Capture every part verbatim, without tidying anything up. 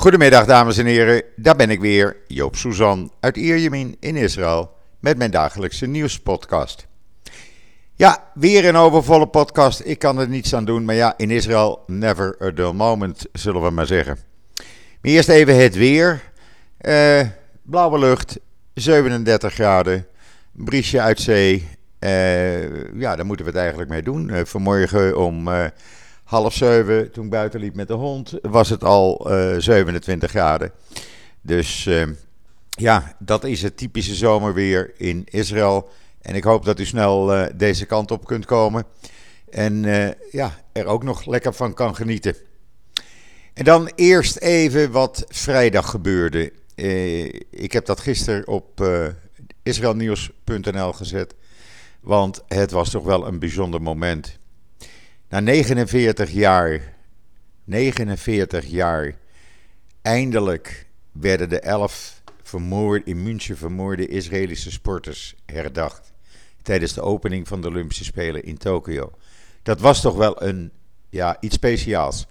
Goedemiddag dames en heren, daar ben ik weer, Joop Suzan uit Ierjemien in Israël met mijn dagelijkse nieuwspodcast. Ja, weer een overvolle podcast, ik kan er niets aan doen, maar ja, in Israël never a dull moment, zullen we maar zeggen. Maar eerst even het weer, uh, blauwe lucht, zevenendertig graden, briesje uit zee, uh, ja, daar moeten we het eigenlijk mee doen. Uh, vanmorgen om... Uh, Half zeven, toen ik buiten liep met de hond, was het al uh, zevenentwintig graden. Dus uh, ja, dat is het typische zomerweer in Israël. En ik hoop dat u snel uh, deze kant op kunt komen. En uh, ja, er ook nog lekker van kan genieten. En dan eerst even wat vrijdag gebeurde. Uh, ik heb dat gisteren op uh, israelnieuws punt n l gezet. Want het was toch wel een bijzonder moment. Na negenenveertig jaar, negenenveertig jaar, eindelijk werden de elf vermoord, in München vermoorde Israëlische sporters herdacht. Tijdens de opening van de Olympische Spelen in Tokio. Dat was toch wel een, ja, iets speciaals.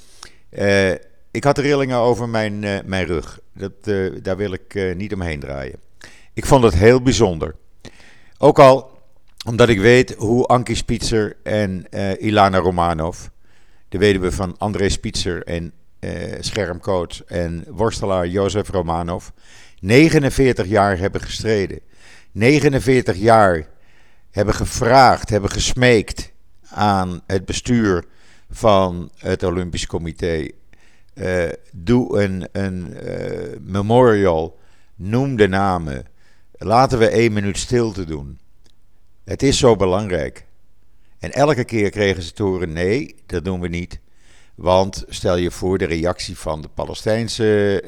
Uh, ik had rillingen over mijn, uh, mijn rug. Dat, uh, daar wil ik uh, niet omheen draaien. Ik vond het heel bijzonder. Ook al... Omdat ik weet hoe Ankie Spitzer en uh, Ilana Romanov, de weduwe van André Spitzer en uh, schermcoach en worstelaar Jozef Romanov, negenenveertig jaar hebben gestreden. negenenveertig jaar hebben gevraagd, hebben gesmeekt aan het bestuur van het Olympisch Comité. Uh, doe een, een uh, memorial, noem de namen, laten we één minuut stilte doen. Het is zo belangrijk. En elke keer kregen ze te horen, nee, dat doen we niet. Want stel je voor de reactie van de Palestijnse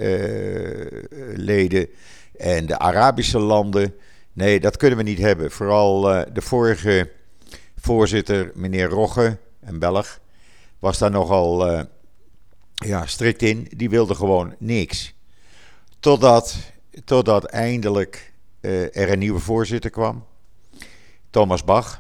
uh, leden en de Arabische landen. Nee, dat kunnen we niet hebben. Vooral uh, de vorige voorzitter, meneer Rogge, een Belg, was daar nogal uh, ja, strikt in. Die wilde gewoon niks. Totdat, totdat eindelijk uh, er een nieuwe voorzitter kwam. Thomas Bach.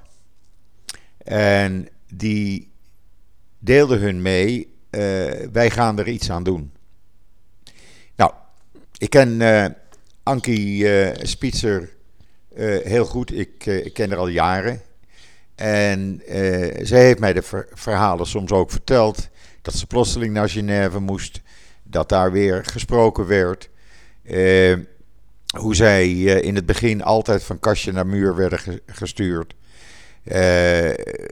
En die deelde hun mee, uh, wij gaan er iets aan doen. Nou, ik ken uh, Ankie uh, Spitzer uh, heel goed, ik, uh, ik ken haar al jaren. En uh, zij heeft mij de ver- verhalen soms ook verteld, dat ze plotseling naar Genève moest, dat daar weer gesproken werd. Uh, Hoe zij uh, in het begin altijd van kastje naar muur werden ge- gestuurd. Uh,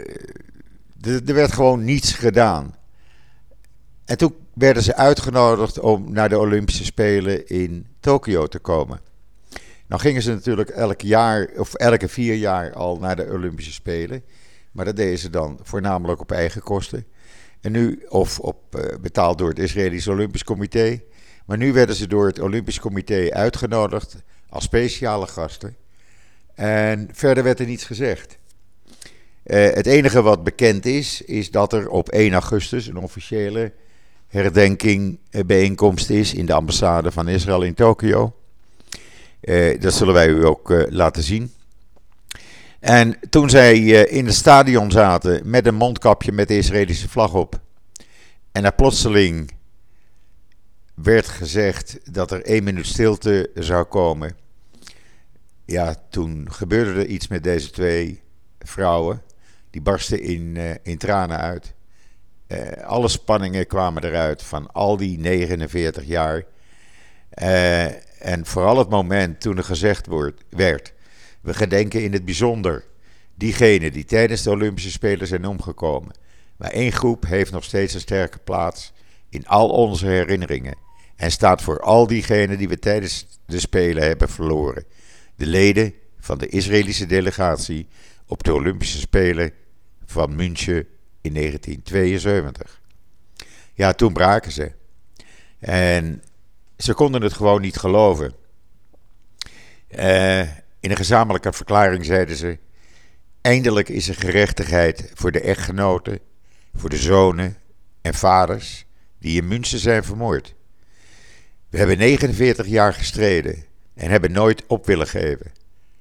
er werd gewoon niets gedaan. En toen werden ze uitgenodigd om naar de Olympische Spelen in Tokio te komen. Nou gingen ze natuurlijk elk jaar, of elke vier jaar al naar de Olympische Spelen. Maar dat deden ze dan voornamelijk op eigen kosten. En nu, of op, uh, betaald door het Israëlisch Olympisch Comité. Maar nu werden ze door het Olympisch Comité uitgenodigd als speciale gasten. En verder werd er niets gezegd. Uh, het enige wat bekend is, is dat er op één augustus een officiële herdenking uh, bijeenkomst is in de ambassade van Israël in Tokio. Uh, dat zullen wij u ook uh, laten zien. En toen zij uh, in het stadion zaten met een mondkapje met de Israëlische vlag op. En er plotseling werd gezegd dat er één minuut stilte zou komen. Ja, toen gebeurde er iets met deze twee vrouwen. Die barsten in, uh, in tranen uit. Uh, alle spanningen kwamen eruit van al die negenenveertig jaar. Uh, en vooral het moment toen er gezegd wordt, werd... we gedenken in het bijzonder diegenen die tijdens de Olympische Spelen zijn omgekomen. Maar één groep heeft nog steeds een sterke plaats in al onze herinneringen. En staat voor al diegenen die we tijdens de Spelen hebben verloren. De leden van de Israëlische delegatie op de Olympische Spelen van München in negentien tweeënzeventig. Ja, toen braken ze. En ze konden het gewoon niet geloven. Uh, in een gezamenlijke verklaring zeiden ze: eindelijk is er gerechtigheid voor de echtgenoten, voor de zonen en vaders die in München zijn vermoord. We hebben negenenveertig jaar gestreden en hebben nooit op willen geven.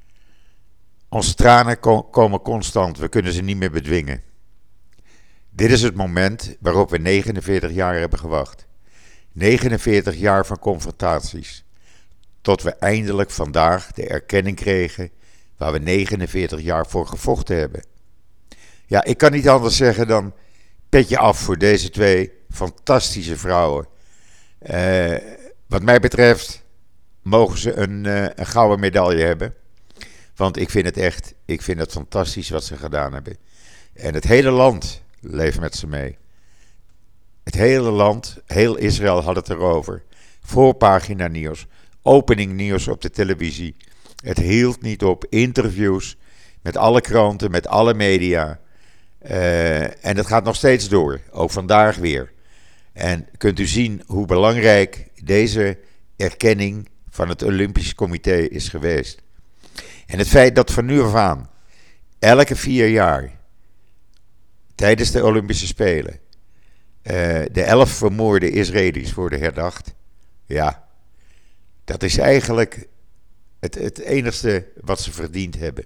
Onze tranen ko- komen constant, we kunnen ze niet meer bedwingen. Dit is het moment waarop we negenenveertig jaar hebben gewacht. negenenveertig jaar van confrontaties. Tot we eindelijk vandaag de erkenning kregen waar we negenenveertig jaar voor gevochten hebben. Ja, ik kan niet anders zeggen dan petje af voor deze twee fantastische vrouwen. Uh, wat mij betreft mogen ze een, uh, een gouden medaille hebben. Want ik vind het echt, ik vind het fantastisch wat ze gedaan hebben. En het hele land leeft met ze mee. Het hele land, heel Israël had het erover. Voorpagina nieuws, opening nieuws op de televisie. Het hield niet op, interviews met alle kranten, met alle media. Uh, en dat gaat nog steeds door, ook vandaag weer. En kunt u zien hoe belangrijk deze erkenning van het Olympisch Comité is geweest. En het feit dat van nu af aan, elke vier jaar, tijdens de Olympische Spelen, uh, de elf vermoorde Israëli's worden herdacht. Ja, dat is eigenlijk het, het enigste wat ze verdiend hebben.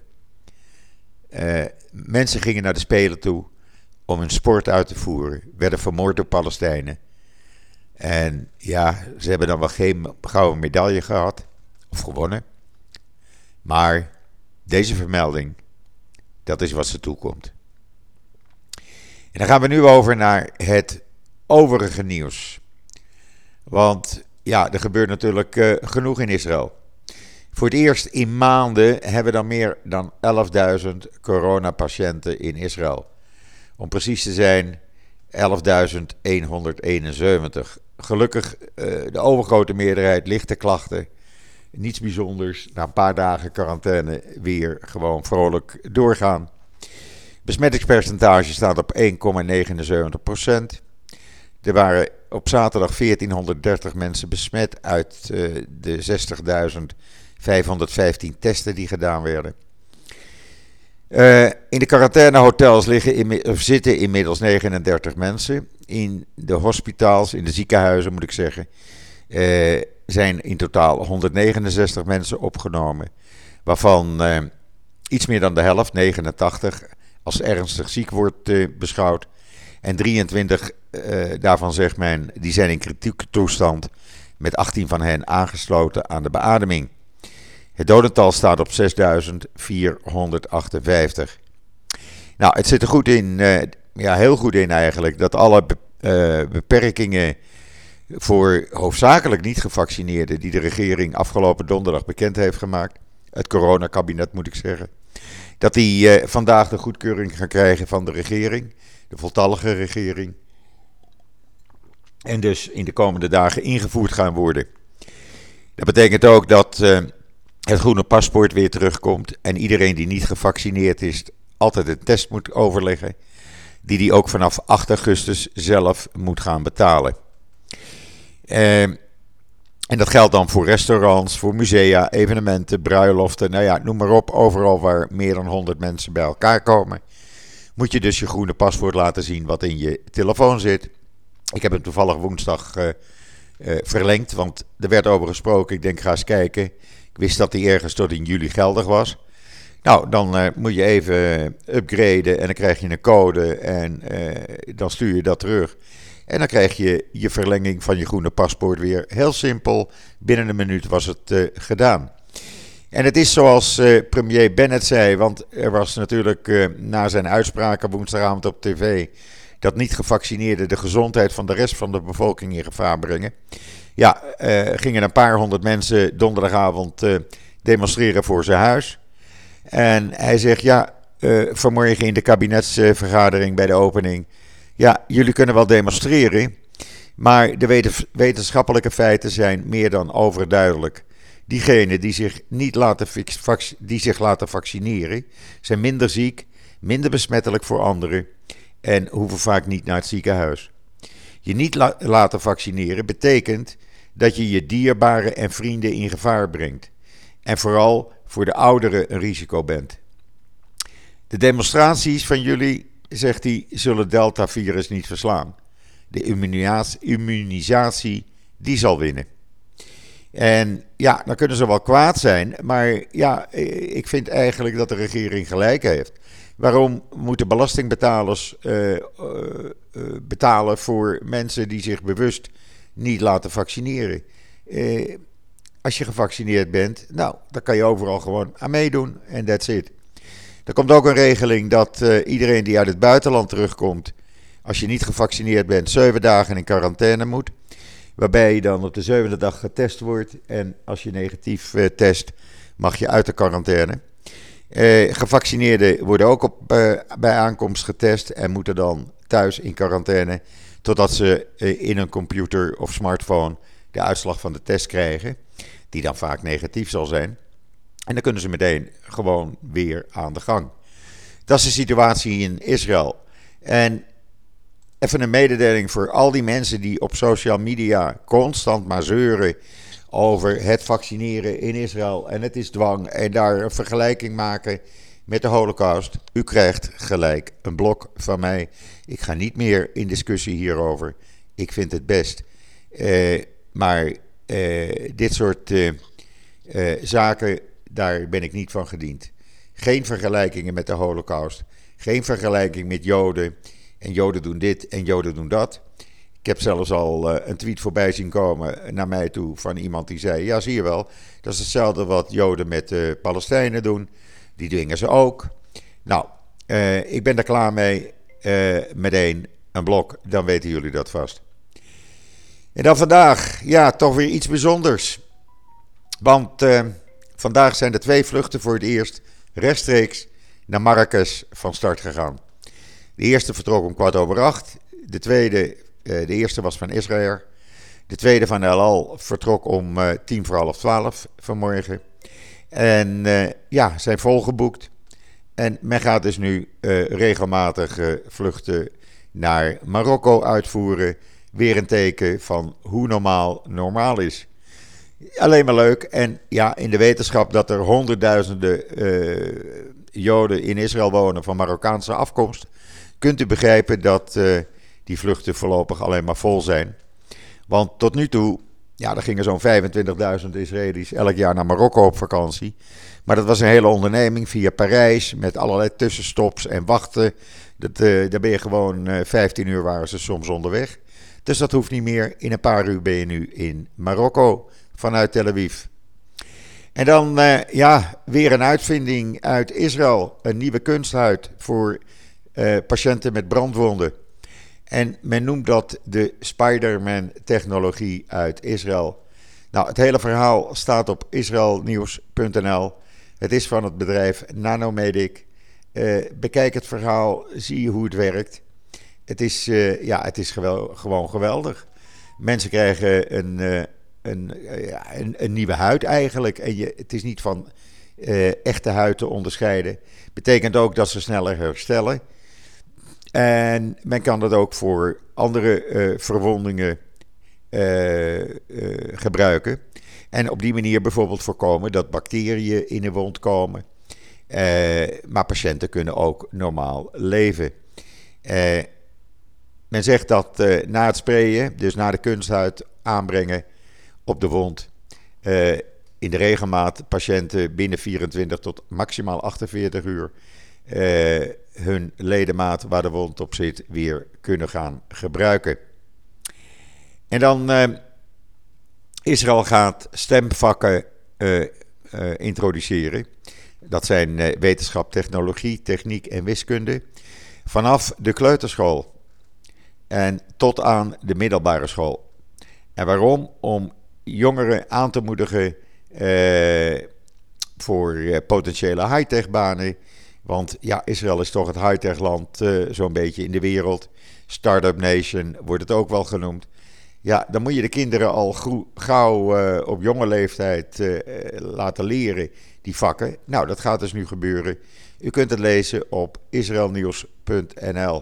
Uh, mensen gingen naar de Spelen toe om hun sport uit te voeren, werden vermoord door Palestijnen. En ja, ze hebben dan wel geen gouden medaille gehad, of gewonnen. Maar deze vermelding, dat is wat ze toekomt. En dan gaan we nu over naar het overige nieuws. Want ja, er gebeurt natuurlijk uh, genoeg in Israël. Voor het eerst in maanden hebben we dan meer dan elfduizend coronapatiënten in Israël. Om precies te zijn, elfduizend honderdeenenzeventig. Gelukkig, uh, de overgrote meerderheid lichte klachten. Niets bijzonders. Na een paar dagen quarantaine weer gewoon vrolijk doorgaan. Besmettingspercentage staat op één komma negenenzeventig procent. Er waren op zaterdag veertienhonderddertig mensen besmet uit uh, de zestigduizend vijfhonderdvijftien testen die gedaan werden. Uh, in de quarantainehotels liggen in, of zitten inmiddels negenendertig mensen. In de hospitaals, in de ziekenhuizen moet ik zeggen, uh, zijn in totaal honderdnegenenzestig mensen opgenomen. Waarvan uh, iets meer dan de helft, negenentachtig, als ernstig ziek wordt uh, beschouwd. En drieëntwintig uh, daarvan zegt men, die zijn in kritieke toestand, met achttien van hen aangesloten aan de beademing. Het dodental staat op zesduizend vierhonderdachtenvijftig. Nou, het zit er goed in, uh, ja, heel goed in eigenlijk, dat alle be- uh, beperkingen voor hoofdzakelijk niet gevaccineerden, die de regering afgelopen donderdag bekend heeft gemaakt, het coronakabinet moet ik zeggen, dat die uh, vandaag de goedkeuring gaan krijgen van de regering, de voltallige regering, en dus in de komende dagen ingevoerd gaan worden. Dat betekent ook dat uh, het groene paspoort weer terugkomt en iedereen die niet gevaccineerd is altijd een test moet overleggen, die die ook vanaf acht augustus zelf moet gaan betalen. Uh, en dat geldt dan voor restaurants, voor musea, evenementen, bruiloften, nou ja, noem maar op. Overal waar meer dan honderd mensen bij elkaar komen, moet je dus je groene paspoort laten zien wat in je telefoon zit. Ik heb hem toevallig woensdag uh, uh, verlengd, want er werd over gesproken. Ik denk, ga eens kijken. Ik wist dat die ergens tot in juli geldig was. Nou, dan uh, moet je even upgraden en dan krijg je een code en uh, dan stuur je dat terug. En dan krijg je je verlenging van je groene paspoort weer. Heel simpel, binnen een minuut was het uh, gedaan. En het is zoals uh, premier Bennett zei, want er was natuurlijk uh, na zijn uitspraken woensdagavond op tv dat niet gevaccineerden de gezondheid van de rest van de bevolking in gevaar brengen. Ja, uh, gingen een paar honderd mensen donderdagavond uh, demonstreren voor zijn huis. En hij zegt, ja, uh, vanmorgen in de kabinetsvergadering bij de opening, ja, jullie kunnen wel demonstreren, maar de wetenschappelijke feiten zijn meer dan overduidelijk. Diegenen die zich, niet laten, die zich laten vaccineren, zijn minder ziek, minder besmettelijk voor anderen en hoeven vaak niet naar het ziekenhuis. Je niet la- laten vaccineren betekent dat je je dierbaren en vrienden in gevaar brengt. En vooral voor de ouderen een risico bent. De demonstraties van jullie, zegt hij, zullen Delta-virus niet verslaan. De immunisatie, immunisatie, die zal winnen. En ja, dan kunnen ze wel kwaad zijn, maar ja, ik vind eigenlijk dat de regering gelijk heeft. Waarom moeten belastingbetalers uh, uh, uh, betalen voor mensen die zich bewust niet laten vaccineren. Uh, als je gevaccineerd bent, nou, dan kan je overal gewoon aan meedoen en that's it. Er komt ook een regeling dat uh, iedereen die uit het buitenland terugkomt, als je niet gevaccineerd bent, zeven dagen in quarantaine moet. Waarbij je dan op de zevende dag getest wordt. En als je negatief uh, test, mag je uit de quarantaine. Uh, gevaccineerden worden ook op, uh, bij aankomst getest en moeten dan thuis in quarantaine. Totdat ze uh, in een computer of smartphone de uitslag van de test krijgen. Die dan vaak negatief zal zijn. En dan kunnen ze meteen gewoon weer aan de gang. Dat is de situatie in Israël. En even een mededeling voor al die mensen die op social media constant maar zeuren over het vaccineren in Israël. En het is dwang en daar een vergelijking maken met de Holocaust. U krijgt gelijk een blok van mij. Ik ga niet meer in discussie hierover. Ik vind het best. Uh, maar uh, dit soort uh, uh, zaken, daar ben ik niet van gediend. Geen vergelijkingen met de Holocaust. Geen vergelijking met Joden. En Joden doen dit en Joden doen dat. Ik heb zelfs al uh, een tweet voorbij zien komen naar mij toe van iemand die zei... Ja, zie je wel, dat is hetzelfde wat Joden met uh, Palestijnen doen. Die dwingen ze ook. Nou, uh, ik ben er klaar mee. Uh, meteen een blok, dan weten jullie dat vast. En dan vandaag, ja, toch weer iets bijzonders. Want uh, vandaag zijn er twee vluchten voor het eerst rechtstreeks naar Marrakesh van start gegaan. De eerste vertrok om kwart over acht. De tweede, de eerste was van Israël. De tweede van El Al vertrok om uh, tien voor half twaalf vanmorgen. En uh, ja, zijn volgeboekt. En men gaat dus nu uh, regelmatig uh, vluchten naar Marokko uitvoeren. Weer een teken van hoe normaal normaal is. Alleen maar leuk. En ja, in de wetenschap dat er honderdduizenden uh, Joden in Israël wonen van Marokkaanse afkomst, kunt u begrijpen dat uh, die vluchten voorlopig alleen maar vol zijn. Want tot nu toe, ja, er gingen zo'n vijfentwintigduizend Israëli's elk jaar naar Marokko op vakantie. Maar dat was een hele onderneming via Parijs met allerlei tussenstops en wachten. Dat, uh, daar ben je gewoon uh, vijftien uur waren ze soms onderweg. Dus dat hoeft niet meer. In een paar uur ben je nu in Marokko vanuit Tel Aviv. En dan, uh, ja, weer een uitvinding uit Israël. Een nieuwe kunsthuid voor uh, patiënten met brandwonden. En men noemt dat de Spider-Man-technologie uit Israël. Nou, het hele verhaal staat op israelnieuws punt n l. Het is van het bedrijf Nanomedic. Uh, bekijk het verhaal, zie hoe het werkt. Het is, uh, ja, het is gewel- gewoon geweldig. Mensen krijgen een, uh, een, uh, ja, een, een nieuwe huid eigenlijk. En je, het is niet van uh, echte huid te onderscheiden. Betekent ook dat ze sneller herstellen. En men kan dat ook voor andere uh, verwondingen uh, uh, gebruiken. En op die manier bijvoorbeeld voorkomen dat bacteriën in de wond komen. Uh, maar patiënten kunnen ook normaal leven. Uh, men zegt dat uh, na het sprayen, dus na de kunsthuid aanbrengen op de wond, uh, in de regelmaat patiënten binnen vierentwintig tot maximaal achtenveertig uur uh, hun ledemaat waar de wond op zit weer kunnen gaan gebruiken. En dan uh, Israël gaat stemvakken uh, uh, introduceren. Dat zijn uh, wetenschap, technologie, techniek en wiskunde. Vanaf de kleuterschool en tot aan de middelbare school. En waarom? Om jongeren aan te moedigen uh, voor uh, potentiële high-tech banen. Want ja, Israël is toch het high-tech land uh, zo'n beetje in de wereld. Startup Nation wordt het ook wel genoemd. Ja, dan moet je de kinderen al gro- gauw uh, op jonge leeftijd uh, laten leren, die vakken. Nou, dat gaat dus nu gebeuren. U kunt het lezen op israelnieuws punt n l.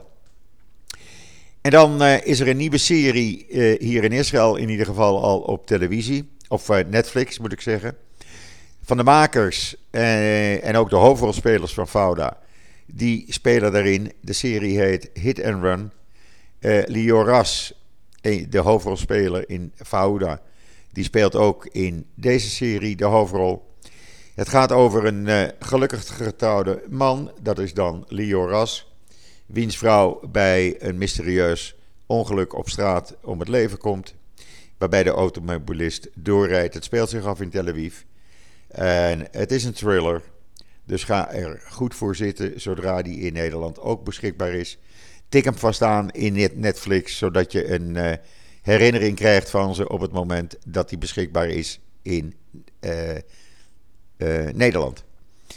En dan uh, is er een nieuwe serie uh, hier in Israël, in ieder geval al op televisie. Of uh, Netflix moet ik zeggen. Van de makers uh, en ook de hoofdrolspelers van Fauda. Die spelen daarin. De serie heet Hit and Run. Uh, Lior Ras, de hoofdrolspeler in Fauda, die speelt ook in deze serie de hoofdrol. Het gaat over een uh, gelukkig getrouwde man, dat is dan Lior Ras, wiens vrouw bij een mysterieus ongeluk op straat om het leven komt. waarbij de automobilist doorrijdt. Het speelt zich af in Tel Aviv. En het is een thriller. Dus ga er goed voor zitten zodra die in Nederland ook beschikbaar is. Tik hem vast aan in Netflix, zodat je een uh, herinnering krijgt van ze op het moment dat die beschikbaar is in uh, uh, Nederland.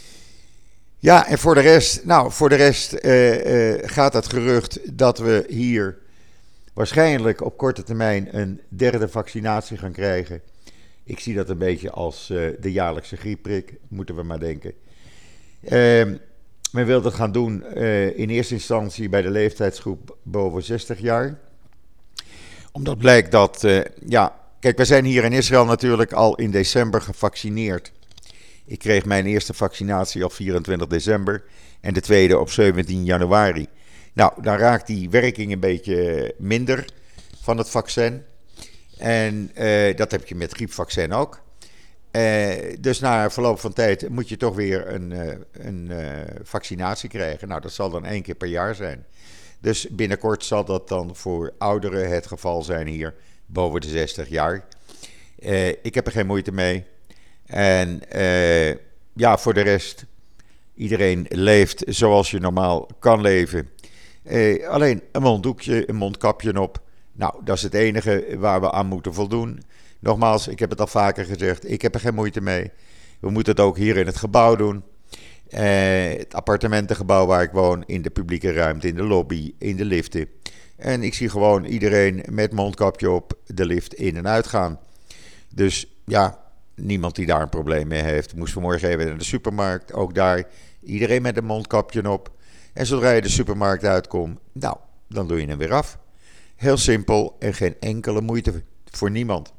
Ja, en voor de rest, nou, voor de rest uh, uh, gaat het gerucht dat we hier waarschijnlijk op korte termijn een derde vaccinatie gaan krijgen. Ik zie dat een beetje als uh, de jaarlijkse griepprik, moeten we maar denken. Uh, men wil dat gaan doen uh, in eerste instantie bij de leeftijdsgroep boven zestig jaar. Omdat blijkt dat, uh, ja, kijk, we zijn hier in Israël natuurlijk al in december gevaccineerd. Ik kreeg mijn eerste vaccinatie op vierentwintig december en de tweede op zeventien januari. Nou, dan raakt die werking een beetje minder van het vaccin. En uh, dat heb je met griepvaccin ook. Uh, dus na verloop van tijd moet je toch weer een, uh, een uh, vaccinatie krijgen. Nou, dat zal dan één keer per jaar zijn. Dus binnenkort zal dat dan voor ouderen het geval zijn hier, boven de zestig jaar. Uh, ik heb er geen moeite mee. En uh, ja, voor de rest, iedereen leeft zoals je normaal kan leven. Uh, alleen een monddoekje, een mondkapje op. Nou, dat is het enige waar we aan moeten voldoen. Nogmaals, ik heb het al vaker gezegd, ik heb er geen moeite mee. We moeten het ook hier in het gebouw doen. Uh, het appartementengebouw waar ik woon, in de publieke ruimte, in de lobby, in de liften. En ik zie gewoon iedereen met mondkapje op de lift in en uit gaan. Dus ja, niemand die daar een probleem mee heeft. Ik moest vanmorgen even naar de supermarkt, ook daar iedereen met een mondkapje op. En zodra je de supermarkt uitkomt, nou, dan doe je hem weer af. Heel simpel en geen enkele moeite voor niemand.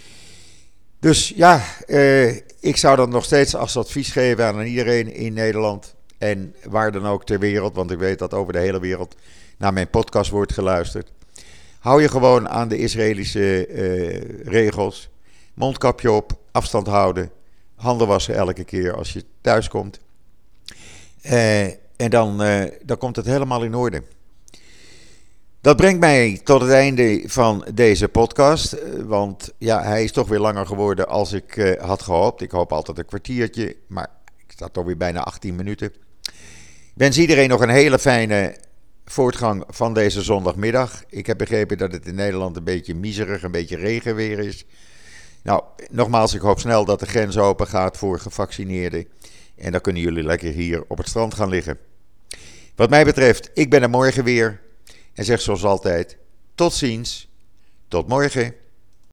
Dus ja, eh, ik zou dat nog steeds als advies geven aan iedereen in Nederland en waar dan ook ter wereld, want ik weet dat over de hele wereld naar mijn podcast wordt geluisterd. Hou je gewoon aan de Israëlische eh, regels. Mondkapje op, afstand houden, handen wassen elke keer als je thuis komt. Eh, en dan, eh, dan komt het helemaal in orde. Dat brengt mij tot het einde van deze podcast, want ja, hij is toch weer langer geworden als ik uh, had gehoopt. Ik hoop altijd een kwartiertje, maar ik sta toch weer bijna achttien minuten. Ik wens iedereen nog een hele fijne voortgang van deze zondagmiddag. Ik heb begrepen dat het in Nederland een beetje miserig, een beetje regenweer is. Nou, nogmaals, ik hoop snel dat de grens open gaat voor gevaccineerden. En dan kunnen jullie lekker hier op het strand gaan liggen. Wat mij betreft, ik ben er morgen weer. En zeg zoals altijd, tot ziens, tot morgen.